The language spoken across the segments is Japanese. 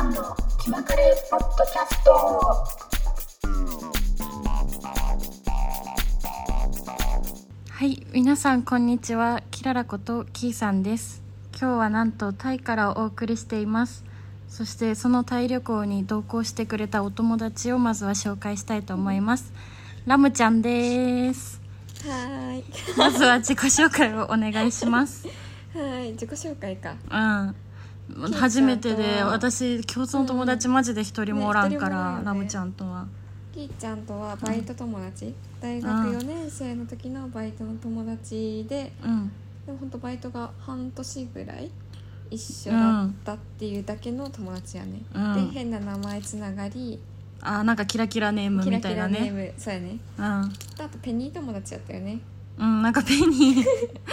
さんの気まぐれポッドキャスト。 はい、皆さんこんにちは。キララことキーさんです。今日はなんとタイからお送りしています。そしてそのタイ旅行に同行してくれたお友達をまずは紹介したいと思います。ラムちゃんです。 はい。 まずは自己紹介をお願いします。 はい、自己紹介か。 初めてで、私共通の友達マジで一人もおらんから、 ね、 ラムちゃんとは。 キーちゃんとはバイト友達、大学4年生の時のバイトの友達で、でも本当バイトが半年ぐらい一緒だったっていうだけの友達やね、で変な名前つながり、 なんかキラキラネームみたいなね。 キラキラネーム、そうやね。あとペニー友達やったよね。 なんかペニー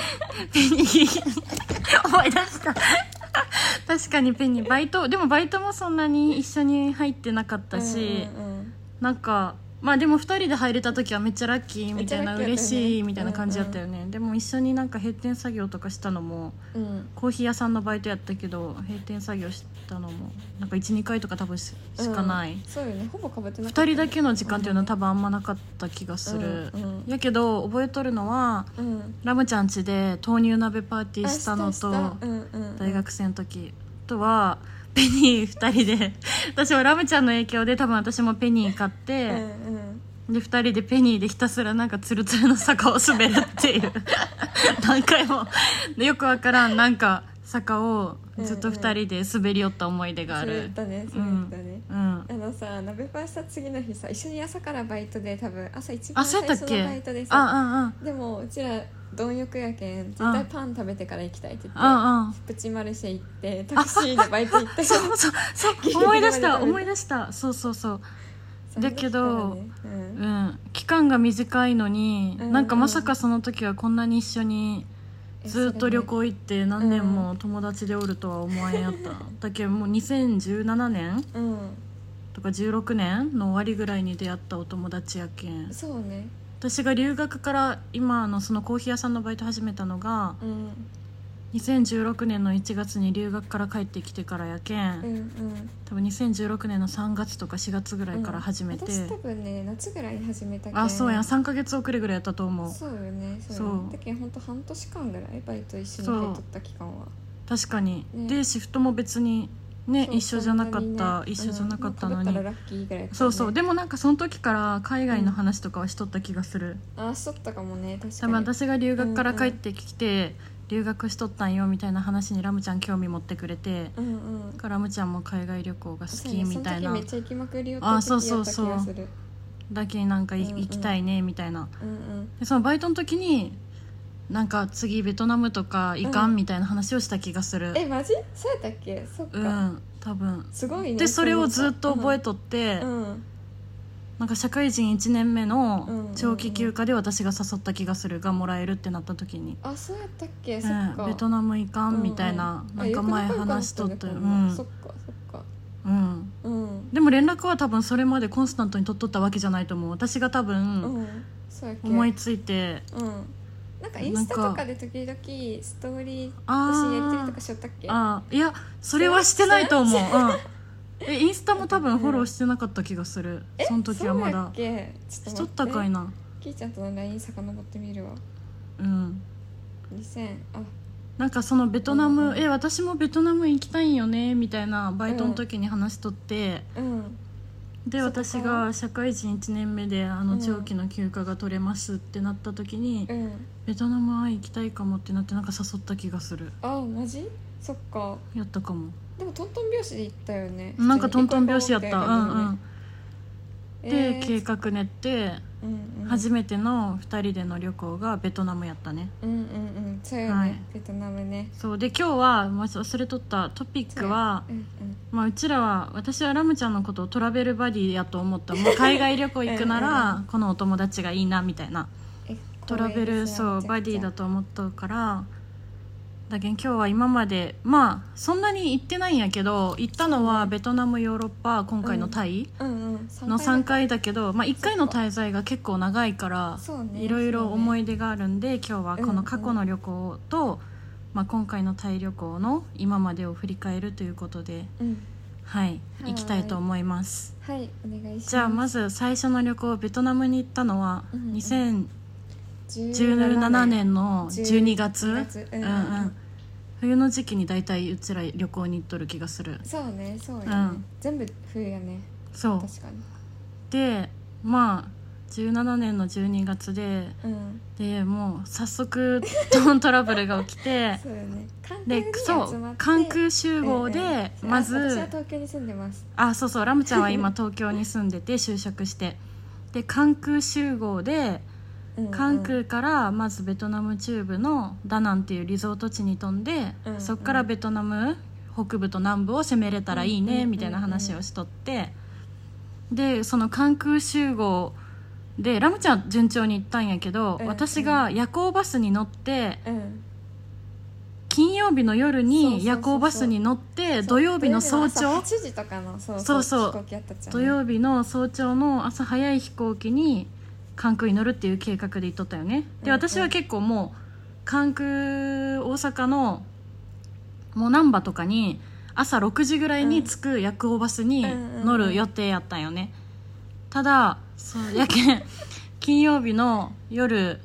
思い出した確かにペニーバイトもそんなに一緒に入ってなかったし、なんかまあでも2人で入れた時はめっちゃラッキーみたいな、嬉しいみたいな感じだったよね、でも一緒になんか閉店作業とかしたのも、コーヒー屋さんのバイトやったけど閉店作業したのもなんか 1,2 回とか多分しかない、 そうよね、ほぼ被ってなかった、 2人だけの時間っていうのは多分あんまなかった気がする、やけど覚えとるのは、ラムちゃん家で豆乳鍋パーティーしたのと、大学生の時とはペニー2人で私はラムちゃんの影響で多分私もペニー買って、で2人でペニーでひたすらなんかツルツルの坂を滑るっていう何回もよくわからんなんか坂をずっと2人で滑り寄った思い出がある。 滑ったね、さ、鍋パーした次の日さ、一緒に朝からバイトで、多分朝一番最初のバイトでさ、でもうちら貪欲やけん絶対パン食べてから行きたいって言って、プチマルシェ行ってタクシーでバイト行ったそう思い出したそうだけど、期間が短いのに、なんかまさかその時はこんなに一緒にずっと旅行行って何年も友達でおるとは思わんやった、だけどもう2017年、とか16年の終わりぐらいに出会ったお友達やけん。 そうね、 私が留学から今のそのコーヒー屋さんのバイト始めたのが、2016年の1月に留学から帰ってきてからやけん、多分2016年の3月とか4月ぐらいから始めて、 私多分ね夏ぐらいに始めたけん。 そうやん、3ヶ月遅れぐらいやったと思う。 そうよね、だけど本当半年間ぐらいバイト一緒に入っとった期間は確かに、でシフトも別にね、一緒じゃなかった、一緒じゃなかったのに、そうでもなんかその時から海外の話とかはしとった気がする、 しとったかもね、確かに。 多分私が留学から帰ってきて、留学しとったんよみたいな話にラムちゃん興味持ってくれて、ラムちゃんも海外旅行が好きみたいな、 その時めっちゃ行きまくりよった時やった気がする。 だけになんか行きたいねみたいな、でそのバイトの時になんか次ベトナムとか行かんみたいな話をした気がする。 マジ？そうやったっけ？そっか。 多分すごいね。 でそれをずっと覚えとって、なんか社会人1年目の長期休暇で私が誘った気がする、がもらえるってなった時に、 そうやったっけ？そっか。 ベトナム行かんみたいな、なんか前話しとったよ。 そっか。 でも連絡は多分それまでコンスタントに取っとったわけじゃないと思う。私が多分思いついて、 なんかインスタとかで時々ストーリー私やりたりとかしよったっけ？ いやそれはしてないと思う。インスタも多分フォローしてなかった気がする、その時はまだ。しとったかいな。 キーちゃんとの LINE 遡ってみるわ。2000 なんかそのベトナム、私もベトナム行きたいんよねみたいなバイトの時に話しとって、で私が社会人1年目で長期の休暇が取れますってなった時に、ベトナム行きたいかもってなって、なんか誘った気がする。 マジ？そっか。 やったかも。 でもトントン拍子で行ったよね。 なんかトントン拍子やった。で計画練って、初めての2人での旅行がベトナムやったね。 そうよね、ベトナムね。 そうで今日は忘れとったトピックは、うちらは、私はラムちゃんのことをトラベルバディやと思った。もう海外旅行行くならこのお友達がいいなみたいな、トラベルバディだと思ったから。だけど今日は今までそんなに行ってないんやけど、行ったのはベトナム、ヨーロッパ、今回のタイの3回だけど、1回の滞在が結構長いからいろいろ思い出があるんで、今日はこの過去の旅行と、今回のタイ旅行の今までを振り返るということで、 はい行きたいと思います。 はい、お願いします。 じゃあまず最初の旅行ベトナムに行ったのは2017年の12月、冬の時期に大体うちら旅行に行っとる気がする。 そうねそうやね、全部冬やね。 そう確かに。でまあ17年の12月で、でもう早速トラブルが起きてそうよね、 関空集合で、まず私は東京に住んでます。 そうラムちゃんは今東京に住んでて就職してで関空集合で関空からまずベトナム中部のダナンっていうリゾート地に飛んで、そこからベトナム北部と南部を攻めれたらいいねみたいな話をしとって、でその関空集合でラムちゃんは順調に行ったんやけど、私が夜行バスに乗って、金曜日の夜に夜行バスに乗って土曜日の早朝 8時とかの飛行機やったっちゃう、 土曜日の早朝の朝早い飛行機に関空に乗るっていう計画で行っとったよね。で私は結構もう関空大阪のもう難波とかに朝6時ぐらいに着く夜行バスに乗る予定やったんよね。ただそうやけん金曜日の夜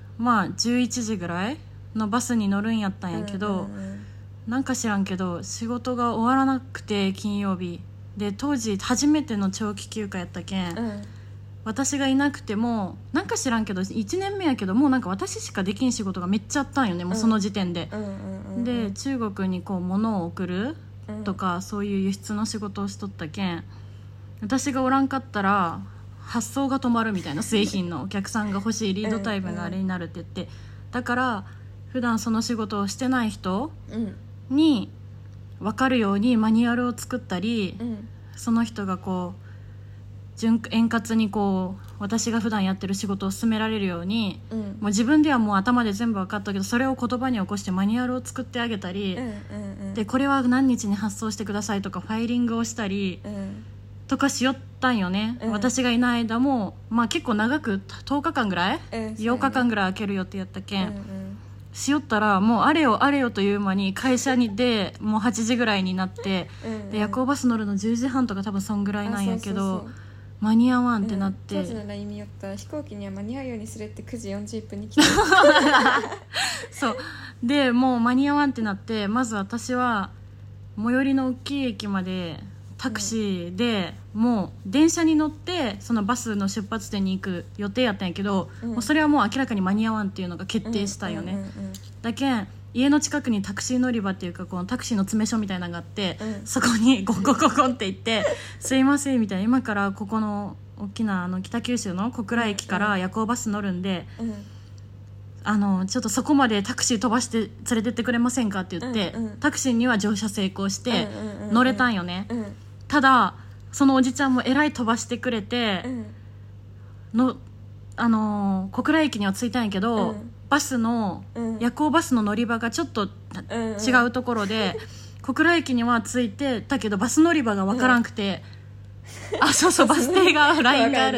11時ぐらいのバスに乗るんやったんやけど、なんか知らんけど仕事が終わらなくて金曜日で当時初めての長期休暇やったけん、私がいなくてもなんか知らんけど1年目やけどもうなんか私しかできん仕事がめっちゃあったんよね、もうその時点で、で中国にこう物を送るとか、そういう輸出の仕事をしとったけん、私がおらんかったら発送が止まるみたいな、製品のお客さんが欲しいリードタイムがあれになるって言って、だから普段その仕事をしてない人に分かるようにマニュアルを作ったり、その人がこう円滑にこう私が普段やってる仕事を進められるように、もう自分ではもう頭で全部分かったけどそれを言葉に起こしてマニュアルを作ってあげたり、でこれは何日に発送してくださいとかファイリングをしたり、とかしよったんよね、私がいない間も、結構長く10日間ぐらい、8日間ぐらい空ける予定やったけん、しよったらもうあれよあれよという間に会社にでもう8時ぐらいになって、で夜行バス乗るの10時半とか多分そんぐらいなんやけど、間に合わんってなって、 当時の LINE 見よったら飛行機には間に合うようにするって9時40分に来てそうでもう間に合わんってなって、まず私は最寄りの大きい駅までタクシーで、もう電車に乗ってそのバスの出発点に行く予定やったんやけど、もうそれはもう明らかに間に合わんっていうのが決定したんよね、だけん家の近くにタクシー乗り場っていうかこのタクシーの詰め所みたいなのがあって、そこにゴンゴンゴンゴンって行ってすいませんみたいな、今からここの大きな北九州の小倉駅から夜行バス乗るんで、ちょっとそこまでタクシー飛ばして連れてってくれませんかって言って、タクシーには乗車成功して乗れたんよね、ただそのおじちゃんもえらい飛ばしてくれて、小倉駅には着いたんやけど、バスの、夜行バスの乗り場がちょっと違うところで、小倉駅には着いてたけどバス乗り場が分からんくて、そうバス停がラインがある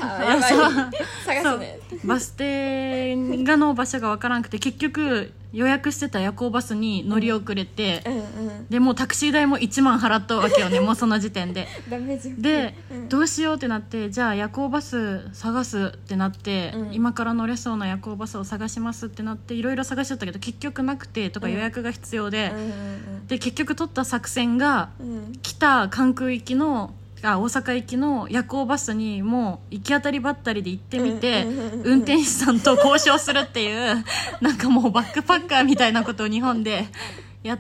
バス停がの場所が分からんくて、結局予約してた夜行バスに乗り遅れて、でもうタクシー代も1万払ったわけよねもうその時点でで、どうしようってなって、じゃあ夜行バス探すってなって、今から乗れそうな夜行バスを探しますってなって、いろいろ探しちゃったけど結局なくてとか予約が必要で、で結局取った作戦が、来た関空行きの大阪行きの夜行バスにもう行き当たりばったりで行ってみて、運転手さんと交渉するっていうなんかもうバックパッカーみたいなことを日本でやって、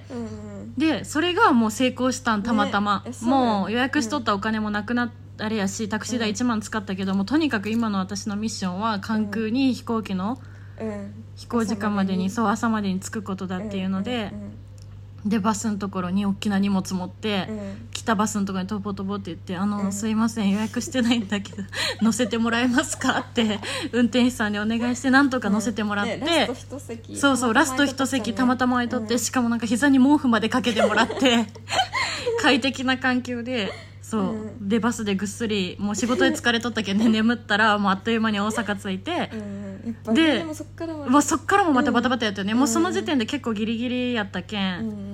でそれがもう成功したんたまたま、もう予約しとったお金もなくなっあれやし、タクシー代1万使ったけども、とにかく今の私のミッションは関空に飛行機の飛行時間までに、朝までに着くことだっていうので、でバスのところに大きな荷物持って、来たバスのところにトボトボって言ってすいません予約してないんだけど乗せてもらえますかって運転手さんにお願いして、なんとか乗せてもらって、ラスト1席ラスト1席たまたま空いとって、しかもなんか膝に毛布までかけてもらって快適な環境ででバスでぐっすりもう仕事で疲れとったけんね眠ったらもうあっという間に大阪着いて、でそっからもまたバタバタやったよね、もうその時点で結構ギリギリやったけん、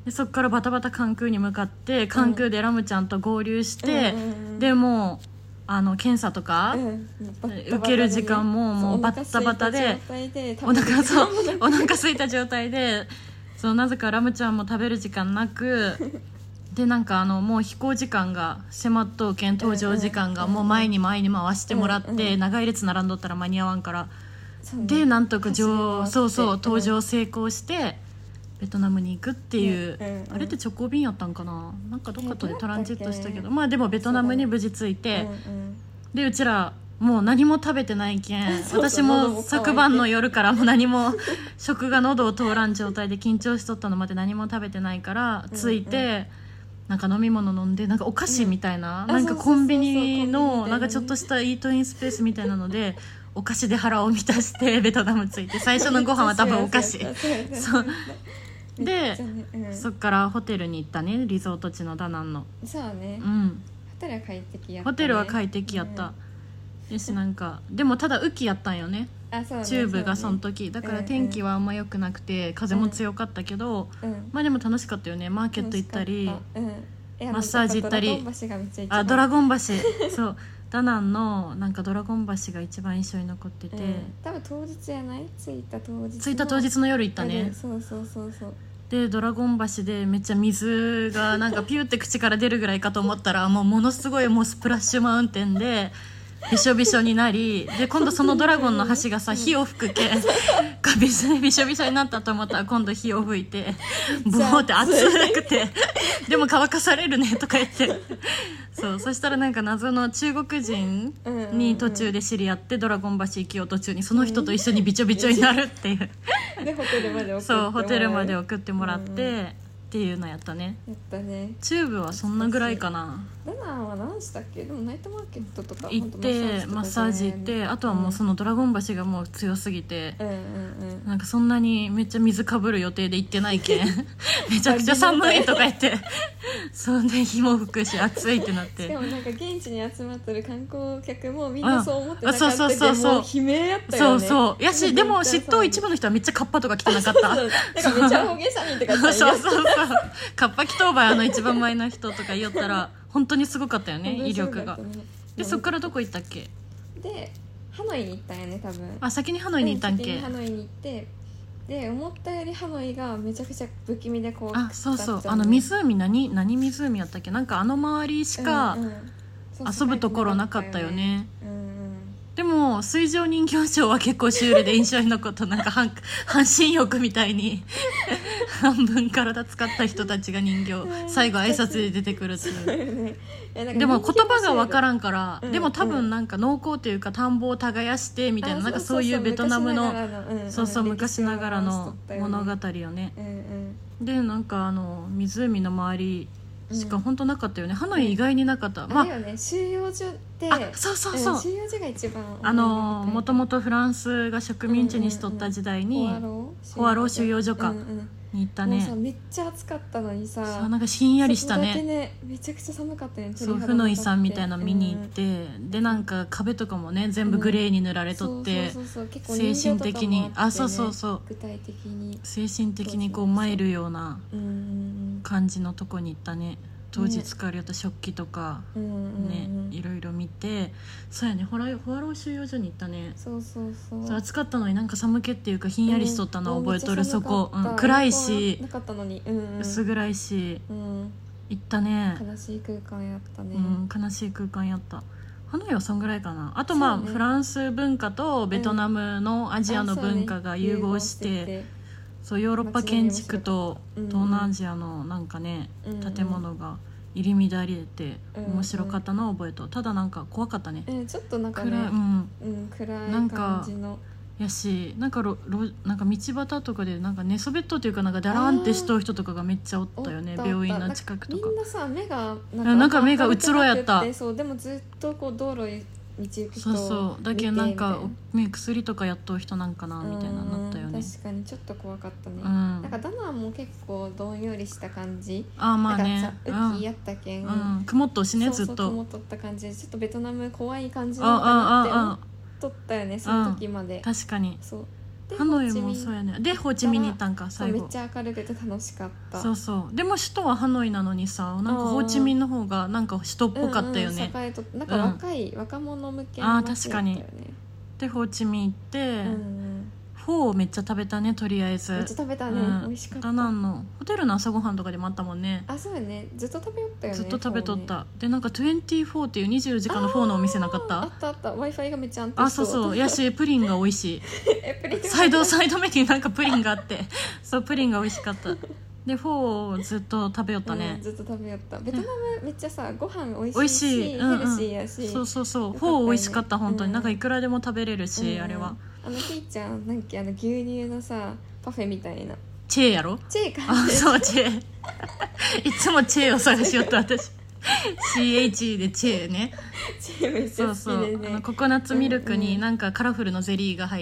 でそっからバタバタ関空に向かって関空でラムちゃんと合流して、でもう検査とか、受ける時間ももうバッタバタでお腹空いた状態でそうなぜかラムちゃんも食べる時間なくでなんかもう飛行時間が迫っとうけん搭乗時間がもう前に回してもらって、長い列並んどったら間に合わんから、でなんとか搭乗成功してベトナムに行くっていう、あれって直行便やったんかな、なんかどっかとでトランジットしたけど、まあでもベトナムに無事着いて、でうちらもう何も食べてないけん私も昨晩の夜からもう何も食が喉を通らん状態で緊張しとったのまで何も食べてないから着いて、なんか飲み物飲んでなんかお菓子みたいな、なんかコンビニのなんかちょっとしたイートインスペースみたいなのでお菓子で腹を満たしてベトナム着いて、最初のご飯は多分お菓子そうで、そっからホテルに行ったね、リゾート地のダナンの。 そうね、ホテルは快適やった、ね、 ホテルは快適やった、よしなんかでもただ雨季やったんよね、 そうねチューブがその時だから天気はあんま良くなくて、風も強かったけど、まあでも楽しかったよね。マーケット行ったり、マッサージ行ったり、ドラゴン橋そうダナンのなんかドラゴン橋が一番印象に残ってて、 多分当日やない、着いた当日の夜行ったね、 そうでドラゴン橋でめっちゃ水がなんかピューって口から出るぐらいかと思ったらものすごいもうスプラッシュマウンテンでびしょびしょになり、で今度そのドラゴンの橋がさ火を吹くけびしょびしょになったと思ったら今度火を吹いてブーって熱くてでも乾かされるねとか言ってそしたらなんか謎の中国人に途中で知り合って、ドラゴン橋行きを途中にその人と一緒にびちょびちょになるっていうでホテルまで送ってもらって、っていうのやったね。チューブはそんなぐらいかな。 ダナンは何したっけ？でもナイトマーケットとか行ってマッサージ行って、あとはもうそのドラゴン橋がもう強すぎて、なんかそんなにめっちゃ水かぶる予定で行ってないけんめちゃくちゃ寒いとか言ってそんで火も吹くし暑いってなって、 しかもなんか現地に集まってる観光客もみんなそう思ってなかったけど、もう悲鳴やったよね。 そうやし、でも知っとう一部の人はめっちゃカッパとか着てなかったなんかめっちゃ大げさにとか言ったカッパ着とうばい一番前の人とか言ったら本当にすごかったよね、威力が。でそっからどこ行ったっけ？でハノイに行ったんやね多分。 先にハノイに行ったんけ？ 先にハノイに行って、で思ったよりハノイがめちゃくちゃ不気味でこう、 そう湖何湖やったっけ、なんか周りしか遊ぶところなかったよね。でも水上人形ショーは結構シュールで印象に残った。なんか半身浴みたいに半分体使った人たちが人形最後挨拶で出てくるっていうでも言葉が分からんから、でも多分なんか農耕というか田んぼを耕してみたいな、なんかそういうベトナムの昔ながらの物語よね。でなんか湖の周りしか本当なかったよね。ハノイ意外になかった。 あれよね、収容所ってそう収容所が一番もともとフランスが植民地にしとった時代にホワロー収容所かに行ったね。 もうめっちゃ暑かったのにさ、 なんかひんやりしたね。 そこだけねめちゃくちゃ寒かったね。 フノイさんみたいなの見に行って、でなんか壁とかもね全部グレーに塗られとって、精神的に具体的に精神的にこう参るような感じのとこに行ったね。当時使われた食器とかね、いろいろ見て、そうやね、ホワロー収容所に行ったね。そう暑かったのになんか寒気っていうかひんやりしとったの覚えとる。そこ、暗いしなかったのに、 薄暗いし、行ったね。 悲しい空間やったね。 悲しい空間やった。ハノイはそんぐらいかな。あとフランス文化とベトナムのアジアの文化が融合して、ヨーロッパ建築と東南アジアのなんかね、建物が入り乱れて面白かったのを覚えと。ただなんか怖かったね。 ちょっとなんかね、暗い感じのやし、なんか道端とかでなんか寝そべっとというかなんかダラーンってしとる人とかがめっちゃおったよね。病院の近くとかみんなさ目がなんか目がうつろやった。 そうでもずっとこう道路に道行く人そうだけどなんか薬とかやっとる人なんかなみたいななったよね。 確かにちょっと怖かったね。なんかダナンも結構どんよりした感じ。 まあね、 雨季やったけん、 曇っとしね、ずっと曇っとった感じで、ちょっとベトナム怖い感じなのかなって思っとったよね、その時まで。 確かに。 ハノイもそうやね。でホーチミンに行ったんか最後。 めっちゃ明るくて楽しかった。 そうそう。でも首都はハノイなのにさ、なんかホーチミンの方がなんか首都っぽかったよね。 栄えとなんか若者向けの街だったよね。確かに。でホーチミン行って、フォーめっちゃ食べたね。とりあえずめっちゃ食べたね、美味しかった。 ダナンのホテルの朝ごはんとかでもあったもんね。 そうやね、ずっと食べよったよね。 ずっと食べとった、でなんか24っていう24時間のフォーのお店なかった？ あったあった。 Wi-Fi がめっちゃ安定しそう。 そうやしプリンが美味しいプリンサイドメニューなんかプリンがあってそうプリンが美味しかったでフォーをずっと食べよったね、 ずっと食べよった。ベトナムめっちゃさご飯美味しいし、ヘルシーやし、 そうフォー美味しかった本当に、なんかいくらでも食べれるし、あれはひーちゃんなんか牛乳のさパフェみたいなチェーやろ。 チェーか。 そうチェーいつもチェーを探しよった私CH でチェーね。 チェーめっちゃ好きでね。 ココナッツミルクになんかカラフルのゼリーが入って、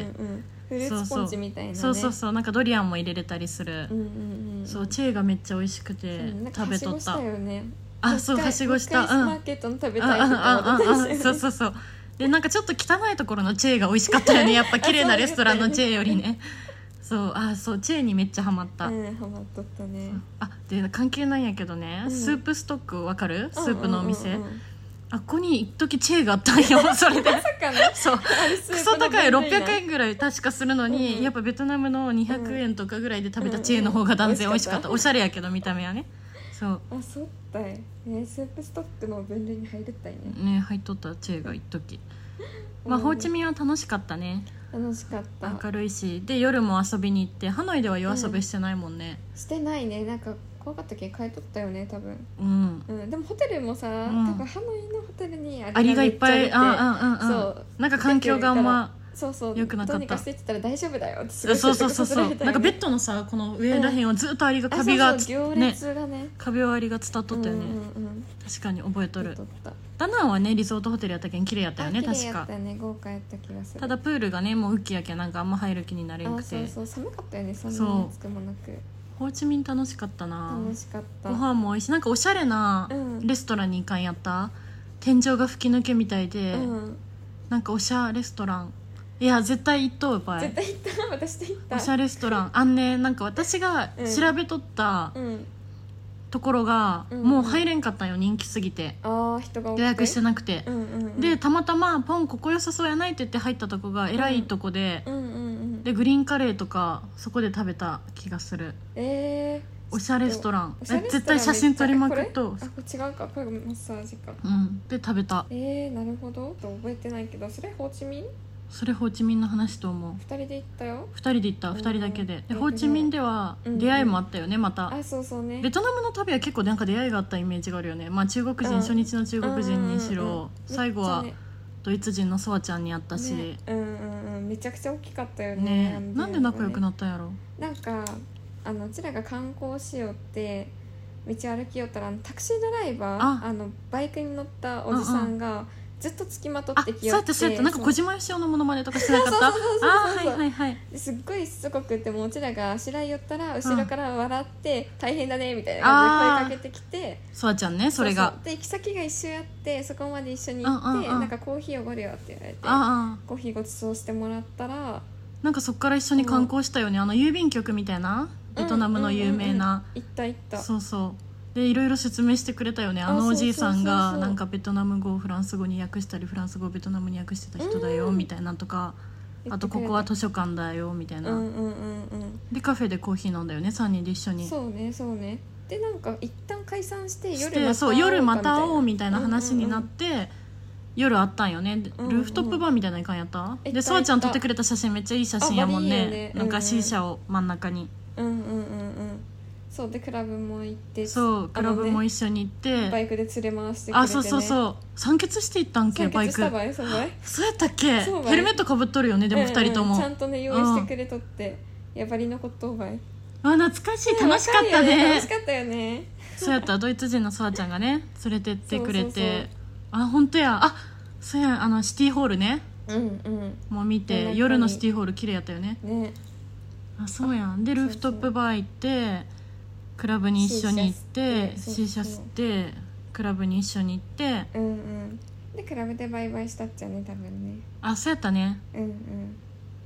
フルーツポンチみたいなね。 そうなんかドリアンも入れれたりする、そうチェーがめっちゃ美味しくて食べとった。そうはしごした。 マーケットの食べたいとか思ってた。 そうでなんかちょっと汚いところのチェーが美味しかったよね。やっぱ綺麗なレストランのチェーよりね。そうチェーにめっちゃハマった。 ハマっとったね。 で関係ないんやけどね、スープストックわかる？スープのお店、ここに一時チェーがあったんよ。それでそうクソ高い600円ぐらい確かするのに、やっぱベトナムの200円とかぐらいで食べたチェーの方が断然美味しかった。おしゃれやけど見た目はね。そうだい、スープストックの分類に入るったいね。入っとったチェーが一時ホーチミンは楽しかったね。 楽しかった。 明るいし、で夜も遊びに行って、ハノイでは夜遊びしてないもんね。 してないね。なんか怖かったけど帰っとったよね多分。でもホテルもさ、多分ハノイのホテルにアリがいっぱい。そうなんか環境があんま良くなかった。どうにかしてって言ったら大丈夫だよってすごいそうなんかベッドのさこの上らへんはずっとアリがカビが行列がね、 カビはアリが伝っとったよね。確かに覚えとる。ダナンはねリゾートホテルやったけん綺麗やったよね。確か綺麗やったね。豪華やった気がする。ただプールがねもう雨季やけんなんかあんま入る気になれんくて。 寒かったよね。そんなに暑くもなく。 ホーチミン楽しかったな。 楽しかった。 ご飯も美味しい。なんかおしゃれなレストランに行かんやった、天井が吹き抜けみたいで、なんかおしゃレストラン。いや絶対行っとうばい。 絶対行った。私と行った。 おしゃレストランなんか私が調べとったところがもう入れんかったよ、人気すぎて。 人が多くて予約してなくて、でたまたまポンここ良さそうやないって言って入ったとこが偉いとこで、でグリーンカレーとかそこで食べた気がする。おしゃレストラン。絶対写真撮りまくっと。 違うか、これマッサージか。 で食べた。 なるほど。覚えてないけど、それホーチミン？ それホーチミンの話と思う。 2人で行ったよ。 2人で行った。2人だけで。ホーチミンでは出会いもあったよね。またそうね。 ベトナムの旅は結構なんか出会いがあったイメージがあるよね。まあ中国人、初日の中国人にしろ、最後はドイツ人のソワちゃんに会ったし、 めちゃくちゃ大きかったよね。 なんで仲良くなったんやろ。 なんかうちらが観光しよって道歩きよったら、タクシードライバー、バイクに乗ったおじさんがずっと付きまとってきよって、 そうやったなんか小島よしおのモノマネとかしてなかった？ すっごいしつこくて、もううちらがあしらい寄ったら後ろから笑って大変だねみたいな感じで声かけてきて、 ソワちゃんね。それがで行き先が一緒やって、そこまで一緒に行って、なんかコーヒーおごるよって言われて、コーヒーごちそうしてもらったら、 なんかそっから一緒に観光したよね。郵便局みたいなベトナムの有名な。 行った。 そうでいろいろ説明してくれたよね。おじいさんがなんかベトナム語をフランス語に訳したり、フランス語をベトナムに訳してた人だよみたいなとか、あとここは図書館だよみたいな。でカフェでコーヒー飲んだよね、3人で一緒に。そうねでなんか一旦解散して夜また会おうみたいな話になって、夜会ったんよね。ルーフトップバーみたいな感やった。でソワちゃん撮ってくれた写真めっちゃいい写真やもんね。なんか C 社を真ん中に。そうでクラブも行って、クラブも一緒に行ってバイクで連れ回してくれてね。そう酸欠して行ったんけ、バイク。そうやったっけ。ヘルメットかぶっとるよね。でも2人ともちゃんとね用意してくれとって、やばりのことをばい。 懐かしい。楽しかったね。 楽しかったよね。 そうやった。ドイツ人のソワちゃんがね連れてってくれて、本当や。そうや、シティホールね。もう見て、夜のシティホール綺麗やったよね。そうやん。でルーフトップバー行って、クラブに一緒に行って、シーシャ吸って、クラブに一緒に行って、 でクラブでバイバイしたっちゃね、多分ね。 そうやったね。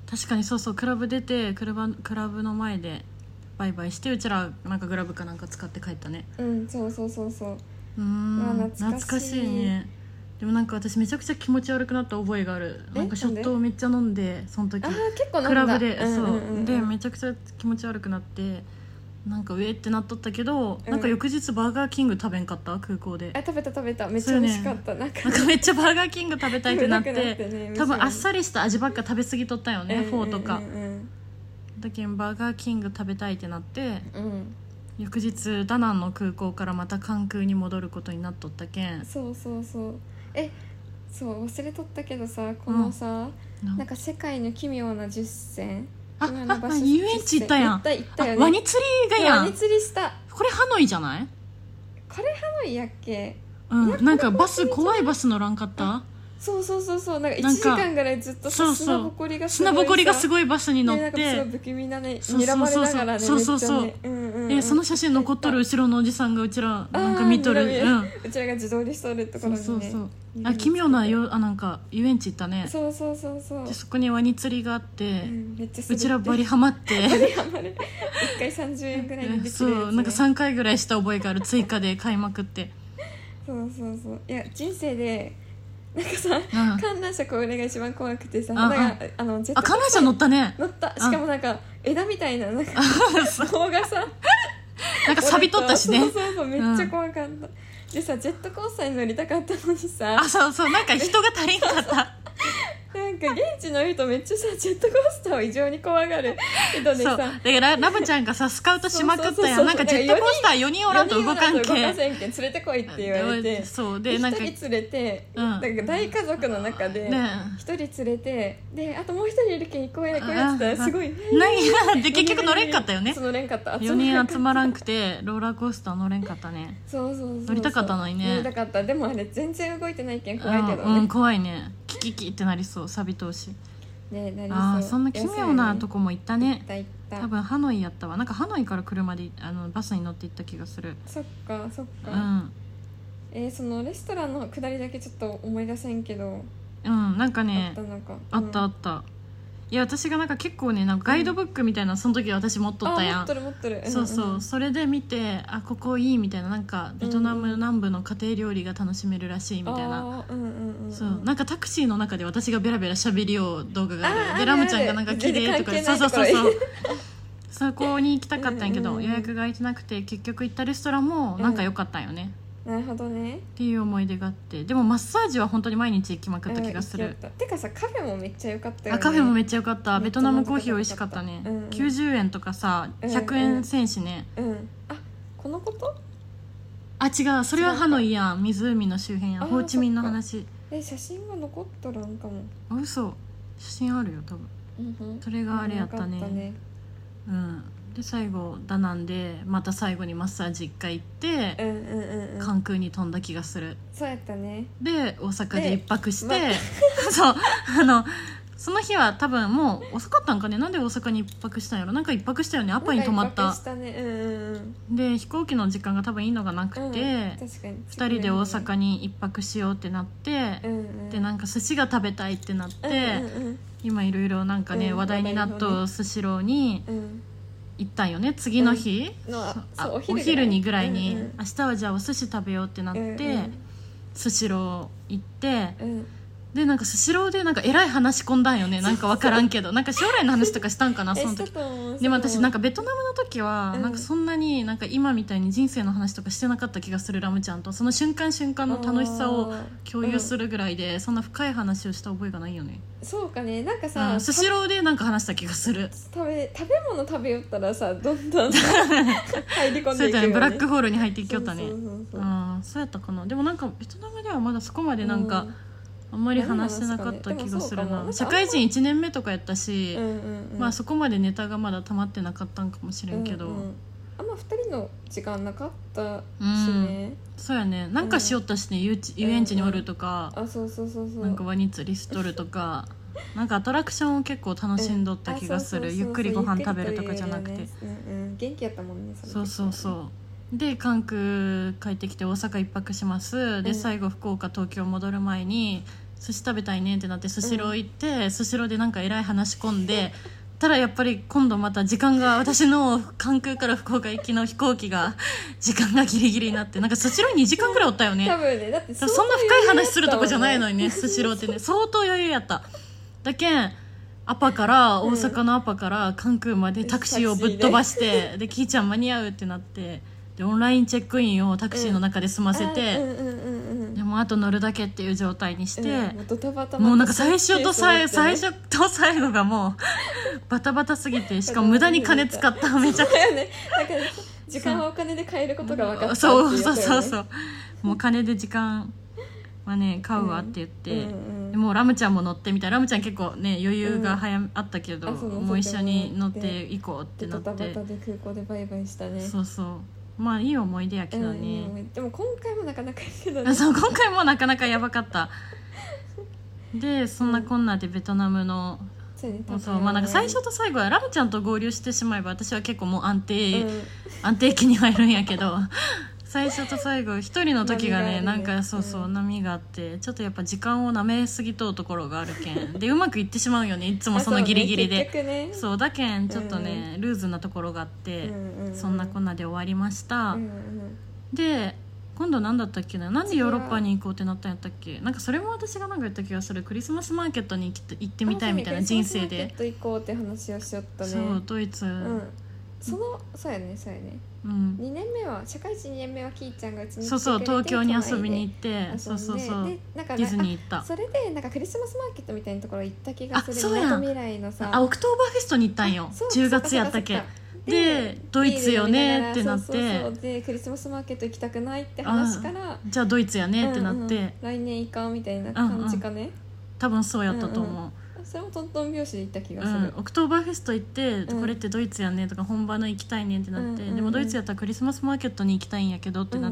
確かにそうそう、クラブ出てクラブの前でバイバイして、うちらなんかグラブかなんか使って帰ったね。 そうそうそうそう。 懐かしいね。でもなんか私めちゃくちゃ気持ち悪くなった覚えがある。なんかショットをめっちゃ飲んで、その時結構飲んだクラブで、そうでめちゃくちゃ気持ち悪くなって、なんか上ってなっとったけど、なんか翌日バーガーキング食べんかった？空港で。 食べためっちゃ美味しかった、 なんかめっちゃバーガーキング食べたいってなって、多分あっさりした味ばっか食べ過ぎとったよね、フォーとか。だけんバーガーキング食べたいってなって、翌日ダナンの空港からまた関空に戻ることになっとったけん。 そう忘れとったけどさ、このさ、なんか世界の奇妙な10選、 遊園地行ったやん。 行ったよね。 ワニ釣りがやん。 ワニ釣りした。 これハノイじゃない？ これハノイやっけ？ なんかバス、怖いバス乗らんかった？ そうなんか1時間ぐらいずっと砂ぼこりがすごいバスに乗って、 なんかすごい不気味なね、睨まれながらね、めっちゃね、 その写真残っとる後ろのおじさんがうちらなんか見とる。 うちらが自撮りしとるところにね、 奇妙ななんか遊園地行ったね。 そうでそこにワニ釣りがあって、 めっちゃうちらバリハマって 1回30円ぐらいにできるやつね。 そう、なんか3回ぐらいした覚えがある。追加で買いまくって。 そういや人生でなんかさ、観覧車これが一番怖くてさ、 観覧車乗ったね。 乗った。しかもなんか枝みたいな、なんか棒がさなんか錆びとったしね。 そうめっちゃ怖かった。でさ、ジェットコースターに乗りたかったのにさ、 そうなんか人が足りんかったなんか現地の人めっちゃさ、ジェットコースターを異常に怖がる人でさ、 だからラブちゃんがさスカウトしまくったやん。なんかジェットコースター4人おらんと動かんけん、 連れてこいって言われて、 そうでなんか 1人連れて、なんか大家族の中で1人連れて、であともう1人いるけん行こうやって言ったらすごい何で結局乗れんかったよね。 乗れんかった。 4人集まらんくてローラーコースター乗れんかったね。 そう乗りたかったのにね。 乗りたかった。でもあれ全然動いてないけん怖いけどね。 怖いね。キキキってなりそう、錆び通しね、なりそう。 そんな奇妙なとこも行ったね。 行った多分ハノイやったわ。なんかハノイから車でバスに乗って行った気がする。 そっかそのレストランの下りだけちょっと思い出せんけど、 なんかねあった。 いや私がなんか結構ね、なんかガイドブックみたいなその時私持っとったやん。 持っとる。 そうそれで見て、ここいいみたいな、なんかベトナム南部の家庭料理が楽しめるらしいみたいな。そうなんかタクシーの中で私がベラベラ喋りよう動画がある。でラムちゃんがなんか綺麗とか、そうそこに行きたかったんやけど、予約が空いてなくて、結局行ったレストランもなんか良かったんよね。 なるほどね。 っていう思い出があって、でもマッサージは本当に毎日行きまくった気がする。 てかさ、カフェもめっちゃ良かったよね。 カフェもめっちゃ良かった。ベトナムコーヒー美味しかったね。90円とかさ、100円せんしね。 このこと？ 違う、それはハノイやん。湖の周辺やん。ホーチミンの話。 写真が残っとらんかも。 嘘、写真あるよ多分。それがあれやったね。で最後ダナンでまた最後にマッサージ1回行って、関空に飛んだ気がする。 そうやったね。 で大阪で1泊して、そうその日は多分もう遅かったんかね。なんで大阪に1泊したんやろ。なんか1泊したよね。アパに泊まった。で飛行機の時間が多分いいのがなくて、2人で大阪に1泊しようってなって、でなんか寿司が食べたいってなって、今いろいろなんかね、話題になったスシローに行ったんよね。次の日、お昼にぐらいに、明日はじゃあお寿司食べようってなって、スシロー行って、でなんかスシローでなんかえらい話し込んだんよね。なんか分からんけどなんか将来の話とかしたんかなその時。でも私なんかベトナムの時はなんかそんなになんか今みたいに人生の話とかしてなかった気がする。ラムちゃんとその瞬間瞬間の楽しさを共有するぐらいで、そんな深い話をした覚えがないよね。 そうかね。なんかさ、 スシローでなんか話した気がする。 食べ物食べよったらさ、どんどん入り込んでいくよね。 ブラックホールに入っていきよったね。そうやったかな。でもなんかベトナムではまだそこまでなんかあんまり話してなかった気がするな。社会人1年目とかやったし、まあそこまでネタがまだ溜まってなかったんかもしれんけど、 あんま2人の時間なかったしね。 そうやね。なんかしよったしね、遊園地におるとか、 そうなんかワニ釣りしとるとかなんかアトラクションを結構楽しんどった気がする。ゆっくりご飯食べるとかじゃなくて、 元気やったもんね。 そうで関空帰ってきて大阪1泊します。で最後福岡東京戻る前に寿司食べたいねってなってスシロー行って、スシローでなんかえらい話し込んでたらやっぱり今度また時間が私の関空から福岡行きの飛行機が時間がギリギリになってなんかスシローに2時間ぐらいおったよね。 多分ね、だってそんな深い話するとこじゃないのにね、スシローってね相当余裕やった。だけんアパから大阪のアパから関空までタクシーをぶっ飛ばして、でキーちゃん間に合うってなって、でオンラインチェックインをタクシーの中で済ませて、でもあと乗るだけっていう状態にして、もうなんか最初と最後がもうバタバタすぎて、しかも無駄に金使っためちゃくちゃね、だから時間はお金で買えることが分かったっていう、ね、 そうもう金で時間はね買うわって言って、でもうラムちゃんも乗ってみたいな。ラムちゃん結構ね余裕があったけど、もう一緒に乗って行こうってなって、 バタバタで空港でバイバイしたね。 そうまあいい思い出やけどね、 でも今回もなかなかやけどね。 そう今回もなかなかやばかったでそんなこんなでベトナムの、まあなんか最初と最後はラムちゃんと合流してしまえば私は結構もう安定期に入るんやけど最初と最後一人の時がねなんか波があって、ちょっとやっぱ時間をなめすぎとうところがあるけんでうまくいってしまうよね、いつもそのギリギリで。そうだけんちょっとね、ルーズなところがあって、そんなこんなで終わりました。で今度何だったっけな、なんでヨーロッパに行こうってなったんやったっけ。なんかそれも私がなんか言った気がする。クリスマスマーケットに行ってみたいみたいな、人生で。クリスマスマーケット行こうって話をしよったね。 そうドイツ、 そうやね、2年目は社会人2年目はキーちゃんがうちに来てくれて、 そう東京に遊びに行って、でなんかディズニー行った。 それでなんかクリスマスマーケットみたいなところ行った気がする。 そうやん、 未来のさオクトーバーフェストに行ったんよ。10月やったっけでドイツよねってなって、 でクリスマスマーケット行きたくないって話から、 じゃあドイツやねってなって、 来年行かんみたいな感じかね。 多分そうやったと思う。 それもトントン拍子で行った気がする。 オクトーバーフェスト行って、これってドイツやねとか本場の行きたいねってなって、でもドイツやったらクリスマスマーケットに行きたいんやけどってなって、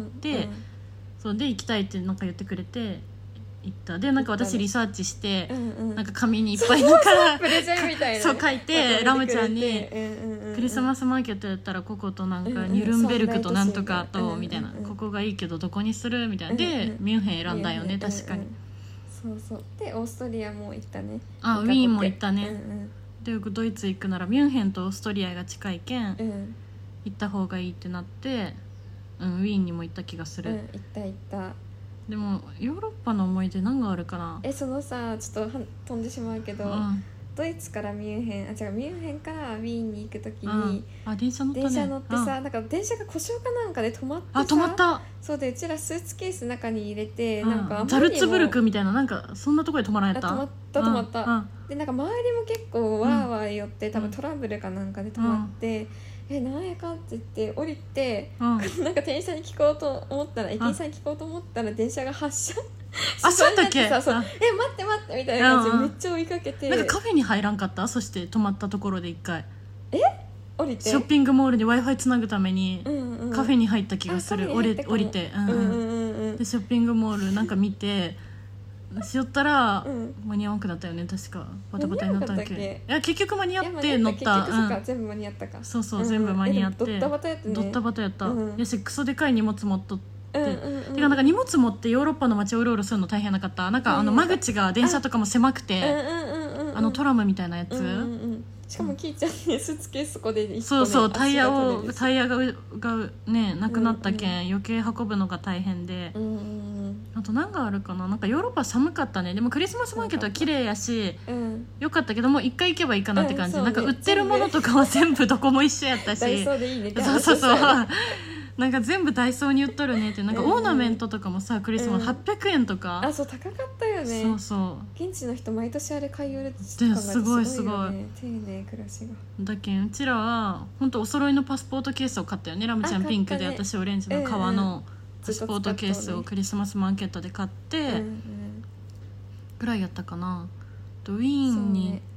そうで行きたいってなんか言ってくれて行った。でなんか私リサーチして、なんか紙にいっぱいだからプレゼンみたいなそう書いてラムちゃんにクリスマスマーケットやったらこことなんかニュルンベルクとなんとかとみたいな、ここがいいけどどこにするみたいなでミュンヘン選んだよね。確かにそうでオーストリアも行ったね。 ウィーンも行ったね。でドイツ行くならミュンヘンとオーストリアが近いけん、行った方がいいってなって、ウィーンにも行った気がする。 行った。 でもヨーロッパの思い出何があるかな。 そのさちょっと飛んでしまうけど、ドイツからミュンヘンミュンヘンからウィーンに行くときに、 電車乗ったね。 電車乗ってさ、なんか電車が故障かなんかで止まってさ、 止まった。 そうでうちらスーツケース中に入れて、なんかザルツブルクみたいななんかそんなところで止まられた。 止まった、でなんか周りも結構わーわー寄って、多分トラブルかなんかで止まって、なんやかって言って降りて、なんか店員さんに聞こうと思ったら駅員さんに聞こうと思ったら電車が発車そうだっけ。 待ってみたいな感じでめっちゃ追いかけて、 なんかカフェに入らんかった。そして止まったところで一回降りてショッピングモールで Wi-Fi つなぐためにカフェに入った気がする。降りて、でショッピングモールなんか見てしよったら、間に合わなくなったよね。確かバタバタになったっけ。いや結局間に合って乗った。 全部間に合ったか。 そう全部間に合って、 ドッタバタやったね。 ドッタバタやった。やしクソでかい荷物持っとって、てかなんか荷物持ってヨーロッパの街をうろうろするの大変なかった。なんか間口が電車とかも狭くて、トラムみたいなやつ、 しかもキーちゃんにスーツケースこでそうタイヤがねなくなったけん、余計運ぶのが大変で、あと何があるかな。なんかヨーロッパ寒かったね。でもクリスマスマーケットは綺麗やし、よかったけどもう一回行けばいいかなって感じ。なんか売ってるものとかは全部どこも一緒やったし、 ダイソーでいいね。 そうなんか全部ダイソーに売っとるねって。なんかオーナメントとかもさ、クリスマス800円とか、 そう高かったよね。現地の人毎年あれ買い売るって考えてすごいよね。丁寧暮らしが。 だけんうちらは本当お揃いのパスポートケースを買ったよね。ラムちゃんピンクで、私オレンジの革のパスポートケースをクリスマスマーケットで買ってぐらいやったかな。ウィーンに行って、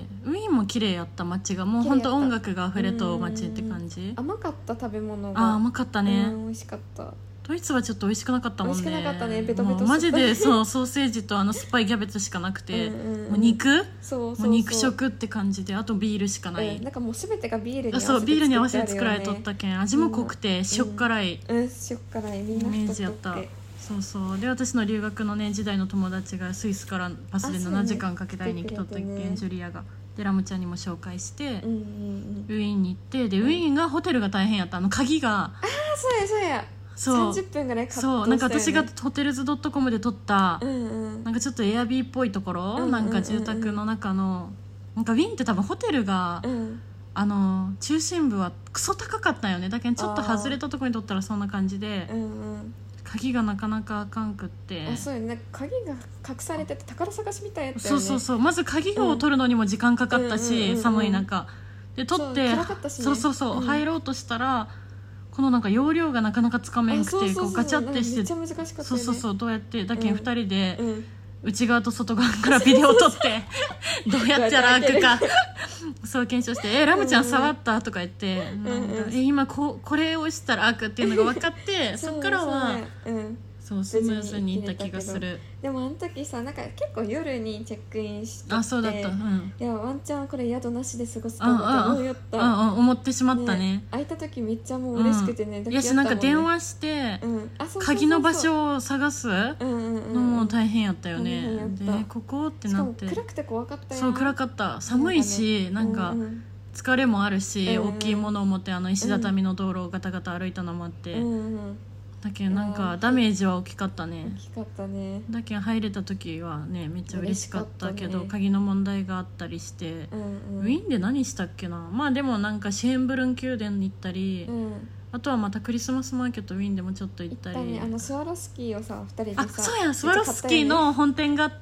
ウィーンも綺麗やった。街がもう本当音楽が溢れと街って感じ。 甘かった食べ物が。 甘かったね。 美味しかった。 ドイツはちょっと美味しくなかったもんね。 美味しくなかったね。ベトベトマジでソーセージと酸っぱいキャベツしかなくて、もう肉食って感じで、あとビールしかない。 なんかもう全てがビールに合わせてそうビールに合わせて作られとったけん、味も濃くて塩っ辛いイメージやった。 そうそうで私の留学のね時代の友達がスイスからバスで7時間かけたいに来とったっけ、ジュリアがでラムちゃんにも紹介して、ウィーンに行ってでウィーンがホテルが大変やった。鍵がそう30分ぐらいカットしたよね。 そうなんか私がホテルズ .com で撮った、なんかちょっとエアビーっぽいところ、なんか住宅の中のなんかウィーンって多分ホテルが、中心部はクソ高かったよね。だけどちょっと外れたところに撮ったらそんな感じで、鍵がなかなかあかんくって、 そうよね。鍵が隠されてて宝探しみたいやったよね。 そうまず鍵を取るのにも時間かかったし、寒い中で取って入ろうとしたらこのなんか容量がなかなかつかめんくてこうガチャってしてめっちゃ難しかったよね。 そうどうやってだけん2人で内側と外側からビデオを撮ってどうやったら開くかそう検証してラムちゃん触ったとか言って今これを押したら開くっていうのが分かってそっからはそうスムーズにいった気がする。 でもあの時さなんか結構夜にチェックインしててそうだった、いやワンチャンこれ宿なしで過ごすかもって思ってしまったね。 開いた時めっちゃもう嬉しくてね、 いやしなんか電話して、鍵の場所を探すのも大変やったよね。でここってなって暗くて怖かったよ。 そう暗かった。寒いしなんか疲れもあるし、大きいものを持って石畳の道路をガタガタ歩いたのもあって、だけどなんかダメージは大きかったね。 大きかったね。 だけど入れた時はねめっちゃ嬉しかったけど、鍵の問題があったりして、ウィーンで何したっけな。まあでもなんかシェーンブルン宮殿に行ったり、あとはまたクリスマスマーケットウィーンでもちょっと行ったり、 スワロスキーをさ2人でさそうやスワロスキーの本店があって、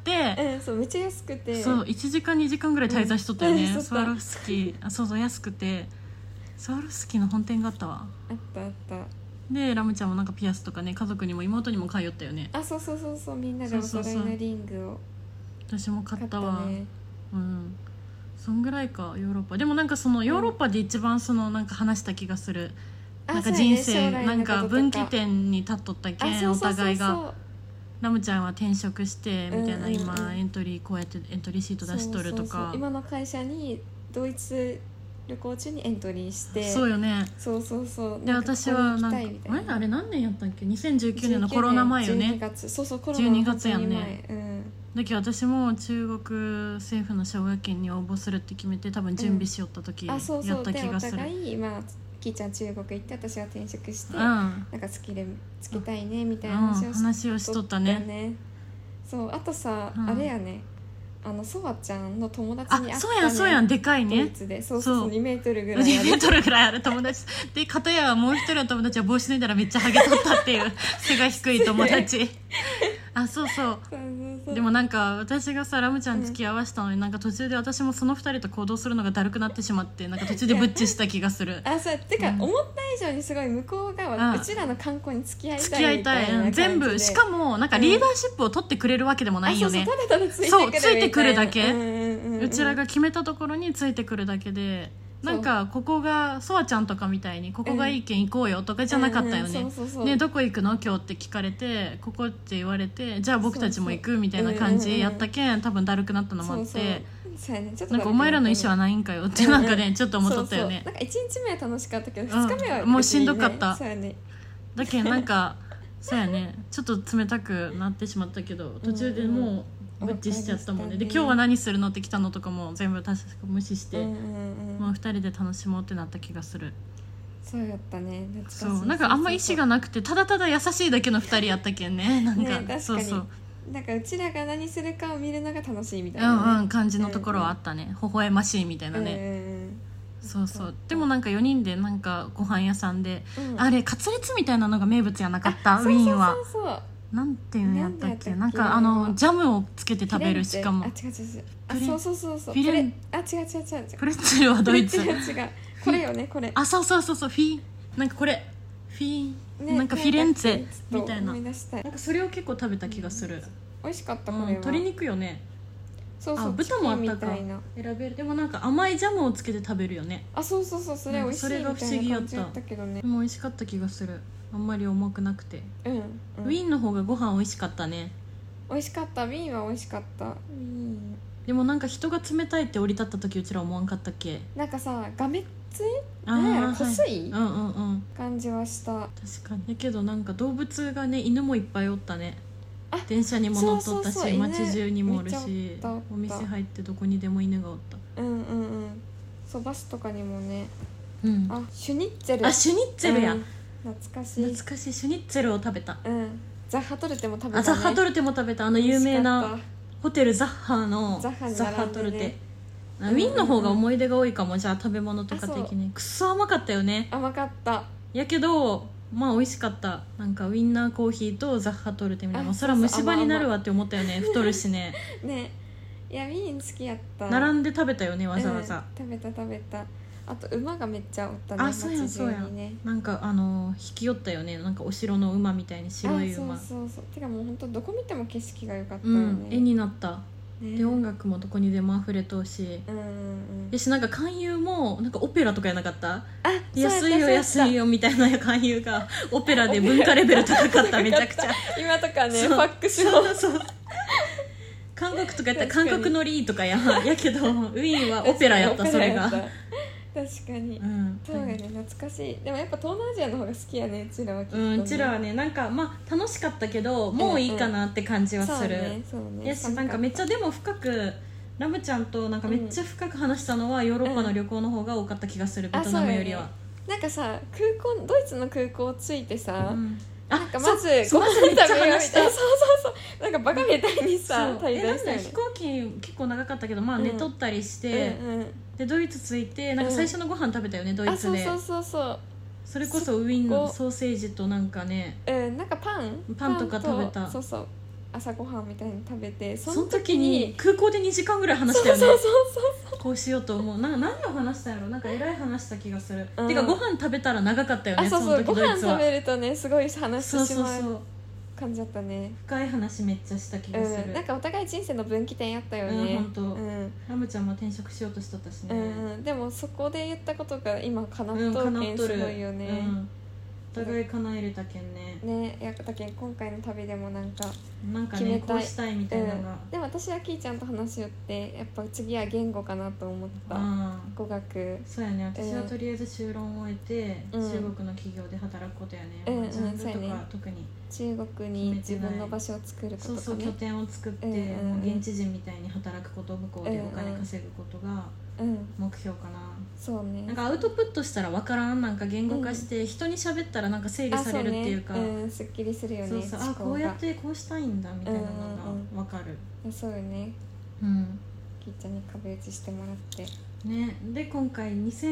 そうめっちゃ安くてそう1時間2時間ぐらい滞在しとったよね、スワロスキーそう安くてスワロスキーの本店があったわ。 あったでラムちゃんもなんかピアスとかね家族にも妹にも通ったよね。 そうみんなでお揃いのリングを私も買ったわ。そんぐらいかヨーロッパでもなんかそのヨーロッパで一番そのなんか話した気がする。なんか人生なんか分岐点に立っとったけんお互いがラムちゃんは転職してみたいな、今エントリーこうやってエントリーシート出しとるとか、 今の会社にドイツ旅行中にエントリーしてそうよね。 そうで私はなんかあれ何年やったっけ。2019年のコロナ前よね。 12月コロナ 12月やんね。だけど私も中国政府の奨学金に応募するって決めて多分準備しよった時やった気がする。 お互いキーちゃん中国行って私は転職して、なんか好きでつけたいねみたいな話をしとったね。 そうあとさ、あれやねソワちゃんの友達に会ったね。 そうやんでかいね。 ドイツでそう2メートルぐらいある 2メートルぐらいある友達で片やもう一人の友達は帽子脱いだらめっちゃハゲとったっていう背が低い友達そうでもなんか私がさラムちゃん付き合わせたのに、なんか途中で私もその2人と行動するのがだるくなってしまってなんか途中でブッチした気がする。 そうてか、思った以上にすごい向こうがうちらの観光に付き合いたい全部しかもなんかリーダーシップを取ってくれるわけでもないよね。 ただついてくるだけ、うちらが決めたところについてくるだけで、なんかここがソワちゃんとかみたいにここがいいけん行こうよとかじゃなかったよね。ねどこ行くの今日って聞かれてここって言われてじゃあ僕たちも行くみたいな感じやったけん多分だるくなったのもあって、なんかお前らの意思はないんかよってなんかねちょっと思っとったよね。 なんか1日目は楽しかったけど2日目はもうしんどかった。 だけんなんかそうやねちょっと冷たくなってしまったけど途中でもうブッチしちゃったもんね。で今日は何するのって来たのとかも全部確か無視して、もう2人で楽しもうってなった気がする。 そうやったね。 そうなんかあんま意思がなくてただただ優しいだけの2人やったけんね。なんか確かにそうなんかうちらが何するかを見るのが楽しいみたいな、感じのところはあったね。微笑ましいみたいなね。そうでもなんか4人でなんかご飯屋さんで、あれカツレツみたいなのが名物やなかったウィーンは。なんていうんやったっけ。なんかジャムをつけて食べる。しかも違うプレッツェルはドイツこれよねこれそうフィなんかこれフィなんかフィレンツェみたいな。なんかそれを結構食べた気がする。 美味しかったこれは。 鶏肉よね。豚もあったか選べる。でもなんか甘いジャムをつけて食べるよね。 そうそれ美味しいみたいな感じだったけどね。 でも美味しかった気がする。あんまり重くなくて、ウィーンの方がご飯美味しかったね。 美味しかった。ウィーンは美味しかった。 でもなんか人が冷たいって降り立った時うちら思わんかったっけ？ なんかさがめついなんやろこすい、感じはした。 確かに。だけどなんか動物がね、犬もいっぱいおったね。電車にも乗っとったし、街中にもおるし、お店入ってどこにでも犬がおった。 そうバスとかにもね、 シュニッツェル。シュニッツェルや、 懐かしいシュニッツェルを食べた。 ザッハトルテも食べたね。 ザッハトルテも食べた。有名なホテルザッハのザッハトルテ。ウィンの方が思い出が多いかも。じゃあ食べ物とか的にくっそ甘かったよね。 甘かった。 やけどまあ美味しかった。なんかウィンナーコーヒーとザッハトルテみたいな。それは虫歯になるわって思ったよね。太るしね。 ね、いやウィン好きやった。 並んで食べたよね、わざわざ。 食べた。あと馬がめっちゃおったね。 そうや、なんか引き寄ったよね。なんかお城の馬みたいに白い馬。 そうてかもう本当どこ見ても景色が良かったよね。 絵になった。で音楽もどこにでも溢れとうし、なんか勧誘もなんかオペラとかやなかった？安いよみたいな勧誘がオペラで文化レベル高かった。めちゃくちゃ今とかね、ファックスの韓国とかやったら韓国のリーとかやけどウィーンはオペラやった。それが確かに、そうやね、懐かしい。でもやっぱ東南アジアの方が好きやね、うちらはきっとね。 うちらはね、なんかまあ楽しかったけどもういいかなって感じはする。やし、なんかめっちゃでも深くラムちゃんとなんかめっちゃ深く話したのはヨーロッパの旅行の方が多かった気がする、ベトナムよりは。 なんかさ、ドイツの空港着いてさ、なんかまずご飯食べようみたいな。なんかバカみたいにさ滞在したよね。 飛行機結構長かったけど、まあ寝とったりして、でドイツ着いてなんか最初のご飯食べたよね、ドイツで。それこそウィンのソーセージとなんかね、 なんかパンとか食べた。 朝ごはんみたいに食べて、 その時に空港で2時間ぐらい話したよね。こうしようと思う。何を話したんやろ。なんか偉い話した気がする。てかご飯食べたら長かったよね。その時ご飯食べるとね、すごい話してしまう感じだったね。 深い話めっちゃした気がする。 なんかお互い人生の分岐点やったよね。 本当。ラムちゃんも転職しようとしとったしね。 でもそこで言ったことが今叶っとるけんすごいよね。 お互い叶えれたけんね。 やったけん今回の旅でもなんかね、こうしたいみたいなのが、 でも私はキーちゃんと話しよって、やっぱ次は言語かなと思った。語学。 そうやね、私はとりあえず修論を終えて、中国の企業で働くことやね。ジャンルとか特に中国に自分の場所を作ることかね。 拠点を作って、もう現地人みたいに働くこと、向こうでお金稼ぐことが目標かな。 そうね。 なんかアウトプットしたら分からん、なんか言語化して人に喋ったらなんか整理されるっていうか、 すっきりするよね。 こうやってこうしたいんだみたいなのが分かる。 そうよね。キーちゃんに壁打ちしてもらってね。で今回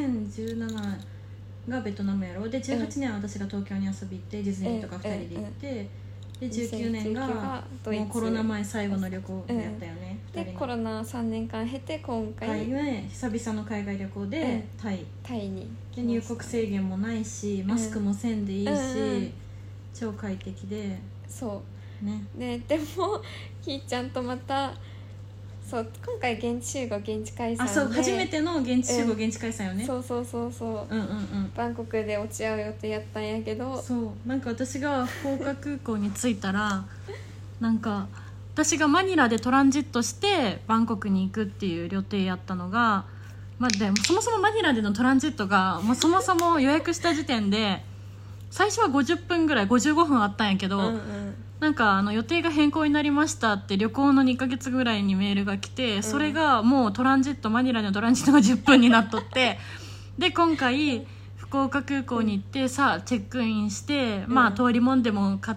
2017がベトナムやろ。で18年は私が東京に遊び行ってディズニーとか2人で行って、で19年がもうコロナ前最後の旅行やったよね。 でコロナ3年間経て今回ね、久々の海外旅行でタイに。で入国制限もないし、マスクもせんでいいし、超快適で。 そうね。 でもひーちゃんとまた今回現地集合現地解散で、 初めての現地集合現地解散よね。 バンコクで落ち合う予定やったんやけど、 なんか私が福岡空港に着いたらなんか私がマニラでトランジットしてバンコクに行くっていう予定やったのが、でもそもそもマニラでのトランジットがもうそもそも予約した時点で最初は50分ぐらい55分あったんやけど、なんか予定が変更になりましたって旅行の2ヶ月ぐらいにメールが来て、それがもうマニラのトランジットが10分になっとって、で今回福岡空港に行ってさあチェックインして、通りもんでも買って、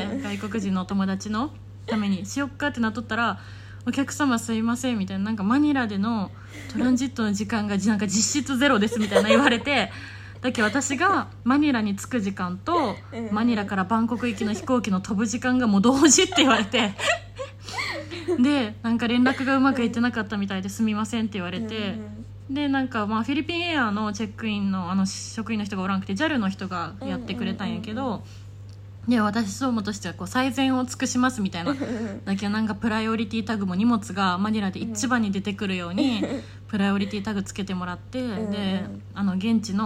外国人のお友達のためにしよっかってなっとったら、お客様すいませんみたいな、なんかマニラでのトランジットの時間がなんか実質ゼロですみたいな言われてだけど私がマニラに着く時間とマニラからバンコク行きの飛行機の飛ぶ時間がもう同時って言われてでなんか連絡がうまくいってなかったみたいですみませんって言われて、でなんかフィリピンエアのチェックインの職員の人がおらんくて JAL の人がやってくれたんやけど、で私総務としては最善を尽くしますみたいなだけどなんかプライオリティタグも荷物がマニラで一番に出てくるようにプライオリティタグつけてもらって、で現地の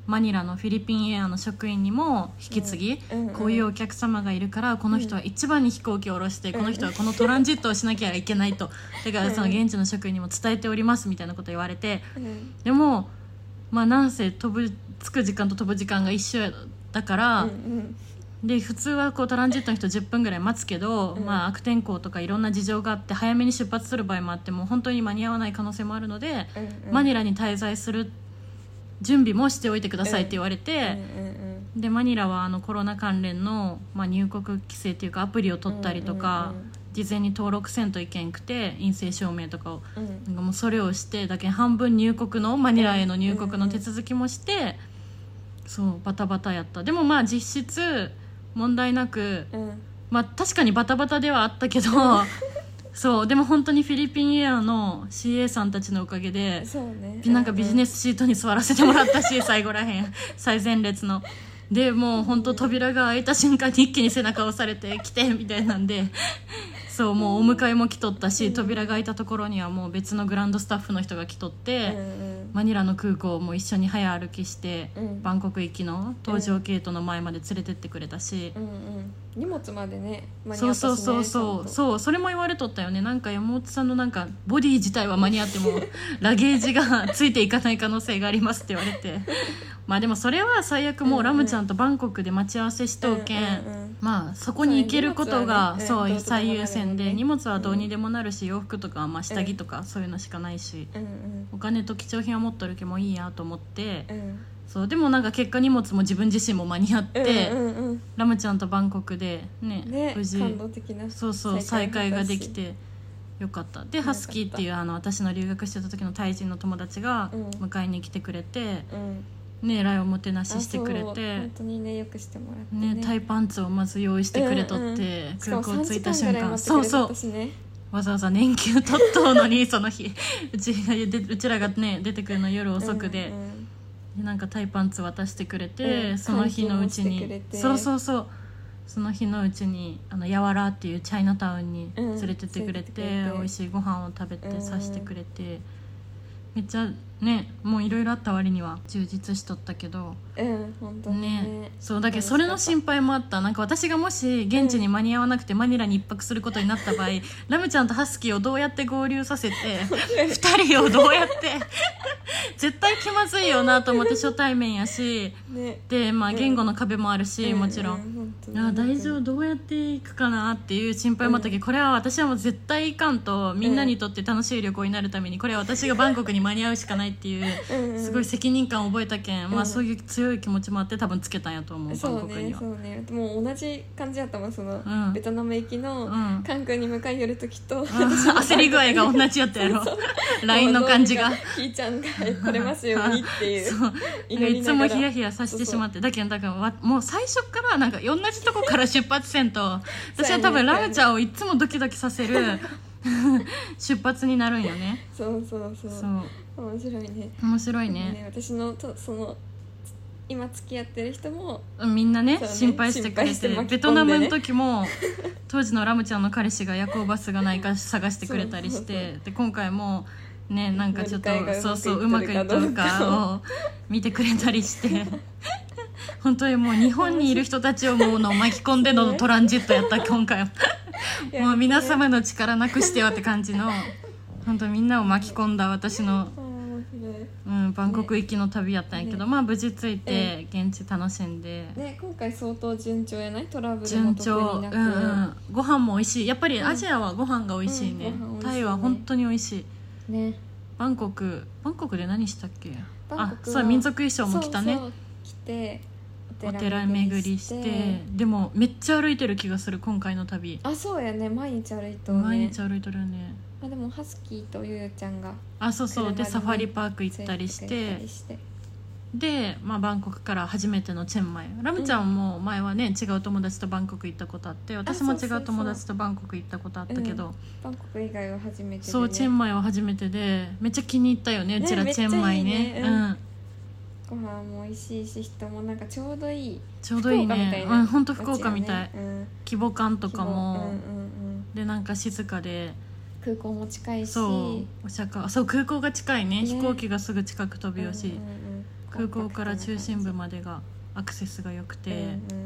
マニラのフィリピンエアの職員にも引き継ぎ、こういうお客様がいるからこの人は一番に飛行機を降ろして、この人はこのトランジットをしなきゃいけないと、だからその現地の職員にも伝えておりますみたいなこと言われて、でもまあなんせ着く時間と飛ぶ時間が一緒だから、で普通はこうトランジットの人10分ぐらい待つけど、まあ、悪天候とかいろんな事情があって早めに出発する場合もあっても本当に間に合わない可能性もあるので、マニラに滞在する準備もしておいてくださいって言われて、でマニラはコロナ関連の、まあ、入国規制というかアプリを取ったりとか、事前に登録せんといけんくて陰性証明とかを、なんかもうそれをしてだけ半分入国のマニラへの入国の手続きもして、そうバタバタやった。でもまあ実質問題なく、まあ確かにバタバタではあったけどそうでも本当にフィリピンエアの CA さんたちのおかげで、なんかビジネスシートに座らせてもらったし最後らへん最前列のでもう本当扉が開いた瞬間に一気に背中を押されて来てみたいなんでそうもうお迎えも来とったし、扉が開いたところにはもう別のグランドスタッフの人が来とって、マニラの空港も一緒に早歩きして、バンコク行きの搭乗ゲートの前まで連れてってくれたし、 荷物までね間にそう合ったしね。 そうそれも言われとったよね。なんか山本さんのなんかボディ自体は間に合ってもラゲージがついていかない可能性がありますって言われてまあでもそれは最悪もうラムちゃんとバンコクで待ち合わせしとうけん、まあそこに行けることがそう最優先で、荷物はどうにでもなるし、洋服とかまあ下着とかそういうのしかないし、お金と貴重品は持っとるけもいいやと思って、そうでもなんか結果荷物も自分自身も間に合って、ラムちゃんとバンコクでね無事感動的な再会ができてよかった。でハスキーっていう私の留学してた時のタイ人の友達が迎えに来てくれて、ねえらいおもてなししてくれて、 本当にねよくしてもらってね、 タイパンツをまず用意してくれとって、空港着いた瞬間わざわざ年休取っとうのにその日うちらがね出てくるの夜遅くで、でなんかタイパンツ渡してくれて、その日のうちにその日のうちにヤワラっていうチャイナタウンに連れてってくれて、美味しいご飯を食べてさしてくれて、めっちゃねもういろいろあった割には充実しとったけど、 本当にねそうだけどそれの心配もあった。なんか私がもし現地に間に合わなくてマニラに一泊することになった場合、ラムちゃんとハスキーをどうやって合流させて2人をどうやって絶対気まずいよなと思って、初対面やし、でまあ言語の壁もあるし、もちろん大丈夫どうやって行くかなっていう心配もあったけど、これは私はもう絶対行かんと、みんなにとって楽しい旅行になるためにこれは私がバンコクに間に合うしかないっていうすごい責任感を覚えたけん、まあそういう強い気持ちもあって多分つけたんやと思う、バンコクには。 そうねもう同じ感じやったもん、その、ベトナム行きのカンクンに迎え寄る時と、 焦り具合が同じやったやろLINE の感じがひーちゃんが来れますようにっていうそういつもヒヤヒヤさせてしまって、だけどだからもう最初からなんか同じとこから出発せんと私は多分ラムちゃんをいつもドキドキさせる出発になるんよね。 そう面白いね。 面白いね。 私のその今付き合ってる人もみんなね心配してくれて、ベトナムの時も当時のラムちゃんの彼氏が夜行バスがないか探してくれたりして、で今回もねなんかちょっとうまくいったのかを見てくれたりして本当にもう日本にいる人たちをもう巻き込んでのトランジットやった今回もう皆様の力なくしてはって感じの、本当みんなを巻き込んだ私のバンコク行きの旅やったんやけど、まあ無事着いて現地楽しんで、 今回相当順調やない？トラブルも特になく、 ご飯も美味しい。やっぱりアジアはご飯が美味しいね、タイは本当に美味しいね。バンコクで何したっけ？そう民族衣装も着たね。 着てお寺巡りして、でもめっちゃ歩いてる気がする今回の旅。 そうやね、毎日歩いとるね。 毎日歩いとるね。 でもハスキーとゆうちゃんがそうでサファリパーク行ったりしてで、まあ、バンコクから初めてのチェンマイ。ラムちゃんも前はね違う友達とバンコク行ったことあって、私も違う友達とバンコク行ったことあったけど、 バンコク以外は初めてで、ね、 そうチェンマイは初めてでめっちゃ気に入ったよね、うちらチェンマイね。 ご飯も美味しいし、人もなんかちょうどいいね。本当福岡みたい、規模感とかも、でなんか静かで空港も近いし、 そう空港が近いね、飛行機がすぐ近く飛ぶよし、 空港から中心部までがアクセスが良くて、 うんうん、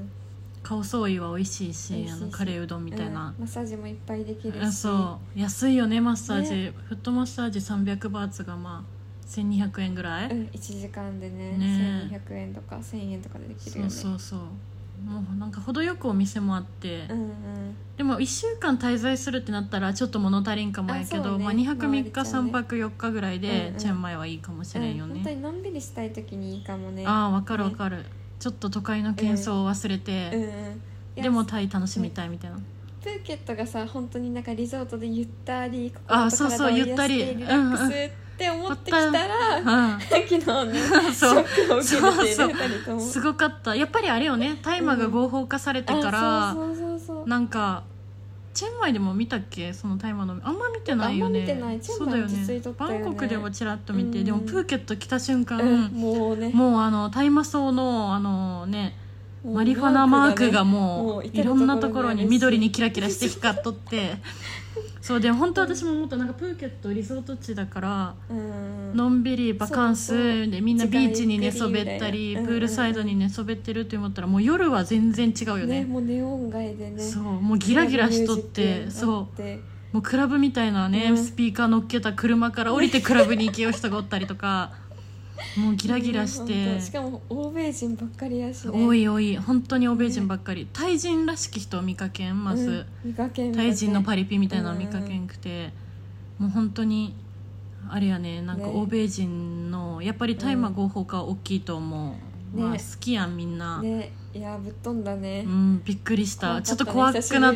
カオソーイは美味しいし、カレーうどんみたいな、 マッサージもいっぱいできるし、 そう安いよねマッサージ、ね、フットマッサージ300バーツがまあ1200円ぐらい、 1時間で ね1200円とか1000円とかでできるよね。 そうもうなんか程よくお店もあって、 うんうん、 でも1週間滞在するってなったらちょっと物足りんかもやけど、まあ、2泊3日3泊4日ぐらいでチェンマイはいいかもしれんよね、 本当にのんびりしたい時にいいかもね。 わかるわかる、ちょっと都会の喧騒を忘れて、でもタイ楽しみたいみたいな、 プーケットがさ本当になんかリゾートでゆったり心と体を癒してリラックスって思ってきたら、昨日ねショックを受けてて、2人ともすごかった。やっぱりあれよね、大麻が合法化されてから、なんかチェンマイでも見たっけ、その大麻のあんま見てないよね。 あんま見てない。チェンマイ自炊とったよね。 バンコクでもちらっと見て、でもプーケット来た瞬間、 もうね、 もう大麻草のねマリファナマークがもういろんなところに緑にキラキラして光っとってそうで本当私も思った、なんかプーケットリゾート地だから、のんびりバカンスでみんなビーチに寝そべったり、プールサイドに寝そべってるって思ったら、もう夜は全然違うよね。 もうネオン街でね、 そうもうギラギラしとって、そうもうクラブみたいなね、スピーカー乗っけた車から降りてクラブに行けよう人がおったりとかもうギラギラして、 しかも欧米人ばっかりやしね。 多い本当に欧米人ばっかり、タイ人らしき人を見かけん、まず、タイ人のパリピみたいなの見かけんくて、もう本当にあれやね、なんか欧米人のやっぱり大麻合法化は大きいと思う、まあ、好きやんみんな、 ね、いやぶっ飛んだね、 びっくりした、ちょっと怖くなった、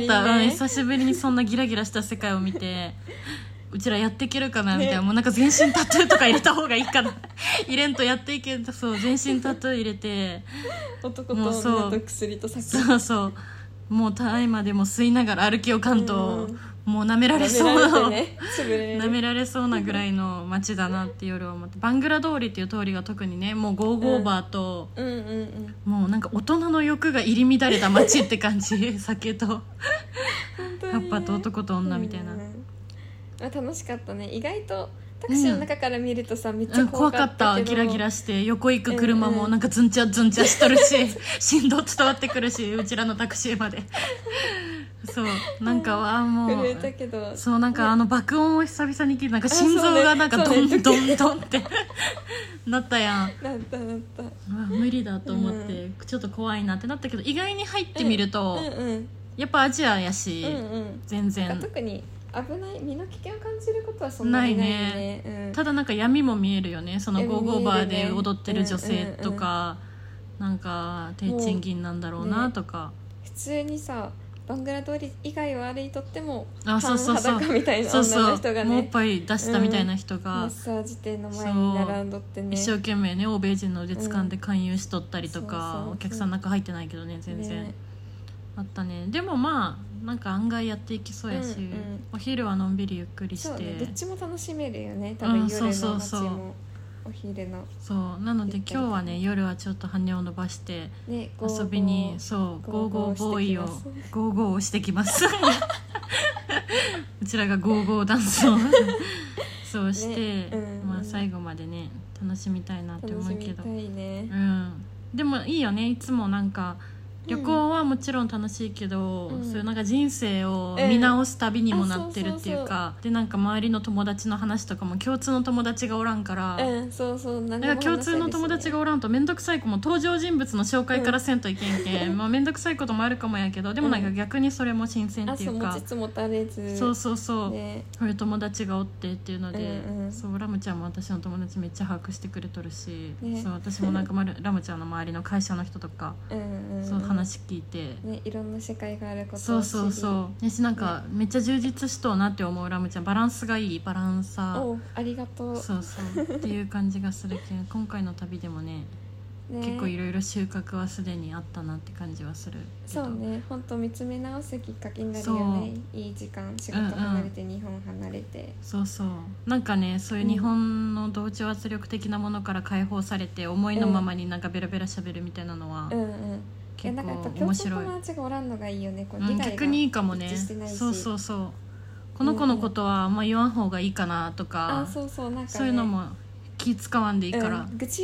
久しぶりにそんなギラギラした世界を見てうちらやっていけるかなみたいな、もうなんか全身タトゥーとか入れた方がいいかな入れんとやっていけんと、そう全身タトゥー入れて男と女と薬と酒、 そうもう大麻でも吸いながら歩きをかんと、もう舐められそうな、舐められそうなぐらいの街だなって夜は思って、バングラ通りっていう通りが特にね、もうゴーゴーバーと、もうなんか大人の欲が入り乱れた街って感じ酒と葉っぱと男と女みたいな、 楽しかったね。意外とタクシーの中から見るとさ、めっちゃ怖かったけど、 ギラギラして横行く車もなんかズンチャズンチャしとるし、振動伝わってくるし、うちらのタクシーまでそうなんかはもう震えたけど、 そうなんか爆音を久々に聞いて、なんか心臓がなんかドンドンドンってなったやん。 なった無理だと思って、ちょっと怖いなってなったけど、意外に入ってみると、やっぱアジアやし、全然特に危ない身の危険を感じることはそんなにないよね。 ただなんか闇も見えるよね、そのゴーゴーバーで踊ってる女性とか、なんか低賃金なんだろうなとか、 普通にさバングラ通り以外を歩いとってもそう裸みたいな女の人がね、 もうおっぱい出したみたいな人が、 マッサージ店の前に並んどってね、 一生懸命ね欧米人の腕掴んで勧誘しとったりとか、お客さんの中入ってないけどね全然、あったね。でもまあなんか案外やっていきそうやし、お昼はのんびりゆっくりして、 そうね、どっちも楽しめるよね多分、夜の街もお昼の。 そうなので今日はね夜はちょっと羽を伸ばして、遊びに、そうゴーゴーボーイをゴーゴーをしてきますうちらがゴーゴーダンスをそうして、まあ最後までね楽しみたいなって思うけど、でもいいよね、いつもなんか旅行はもちろん楽しいけど、そういうなんか人生を見直す旅にもなってるっていうか、でなんか周りの友達の話とかも共通の友達がおらんから、だから共通の友達がおらんと面倒くさい子も登場人物の紹介からせんといけんけん、まあ面倒くさいこともあるかもやけど、でもなんか逆にそれも新鮮っていうか、 持ちつ持たれず、 そう、こういう友達がおってっていうので、そうラムちゃんも私の友達めっちゃ把握してくれとるし、そう私もなんかラムちゃんの周りの会社の人とか、そう話聞いて、 いろんな世界があることを知り、 そうなんかめっちゃ充実しとうなって思うラムちゃん、バランスがいい、バランサー、 ありがとう、 そうっていう感じがするけど今回の旅でもね結構いろいろ収穫はすでにあったなって感じはするけど、 そうね、本当見つめ直すきっかけになるよね。いい時間、仕事離れて、日本離れて、 なんかね、そういう日本の同調圧力的なものから解放されて、思いのままになんかベラベラ喋るみたいなのは、結構面白い。 友達がおらんのがいいよね、 逆にいいかもね。そうこの子のことはあんま言わん方がいいかなとか、 なんかね、 そういうのも気使わんでいいから、 愚痴言ったっ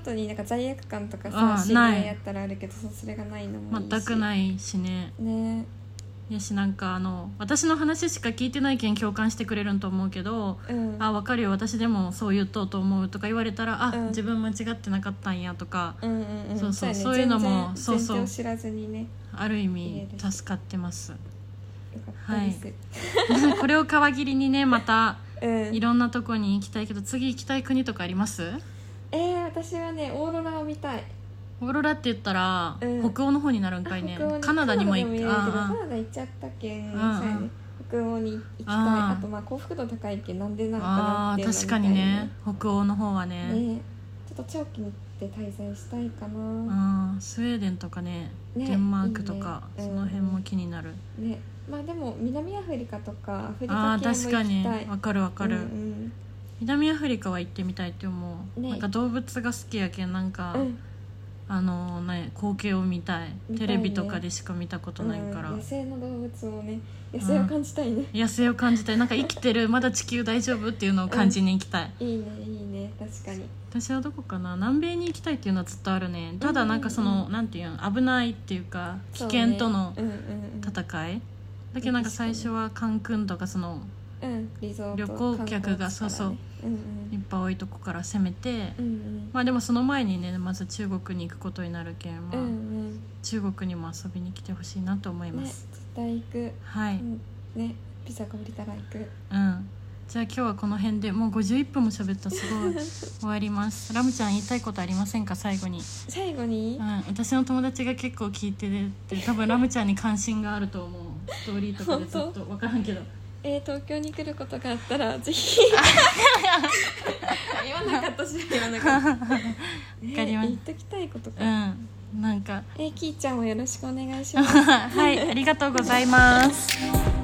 後になんか罪悪感とかさ、知り合いやったらあるけどそれがないのもいいし、 全くないしね。やしなんか私の話しか聞いてないけん共感してくれるんと思うけど、あ分かるよ私でもそう言っとうと思うとか言われたら、自分間違ってなかったんやとか、そういうのも全然知らずにね、 ある意味助かってます。 よかったです、 これを皮切りにねまたいろんなとこに行きたいけど、次行きたい国とかあります？ 私はねオーロラを見たい。 オーロラって言ったら、北欧の方になるんかいね。カナダにも行く。 カナダ行っちゃったけん、北欧に行きたい。あと幸福度高いけんなんでなのかなっていうのみたい。 確かにね、北欧の方はね、 ちょっと長期に行って滞在したいかな。 スウェーデンとかね、デンマークとかいい、ね、その辺も気になるね。でも南アフリカとかアフリカ系も行きたい。 確かにわかるわかる、南アフリカは行ってみたいって思う、なんか動物が好きやけん、なんか、光景を見たい、テレビとかでしか見たことないから、 野生の動物をね、野生を感じたいね、 野生を感じたい、なんか生きてるまだ地球大丈夫っていうのを感じに行きたい、 いいねいいね、確かに。 私はどこかな、南米に行きたいっていうのはずっとあるね。ただなんかなんていうの、危ないっていうか危険との戦いだけど、なんか最初はカンクンとかリゾート旅行客がいっぱい多いとこから攻めて、でもその前にねまず中国に行くことになるけん、中国にも遊びに来てほしいなと思います、 絶対行く。 はい、 ね、ピザが降りたら行く。 じゃあ今日はこの辺でもう51分も喋った。すごい終わります。ラムちゃん言いたいことありませんか？最後に。私の友達が結構聞いてて、多分ラムちゃんに関心があると思う。ストーリーとかでずっと分からんけど東京に来ることがあったらぜひ言わなかったし言わなかった分かります。言っときたいことか。 なんかキーちゃんもよろしくお願いしますはい、ありがとうございます